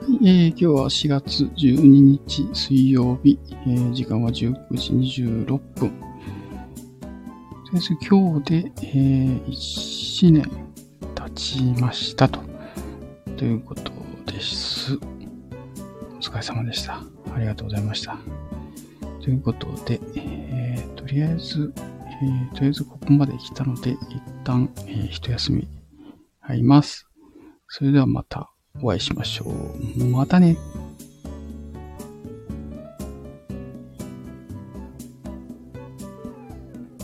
今日は4月12日水曜日、時間は19時26分。今日で、1年経ちましたということです。お疲れ様でした。ありがとうございました。ということで、とりあえずここまで来たので、一旦、一休み入ります。それではまたお会いしましょう。またね。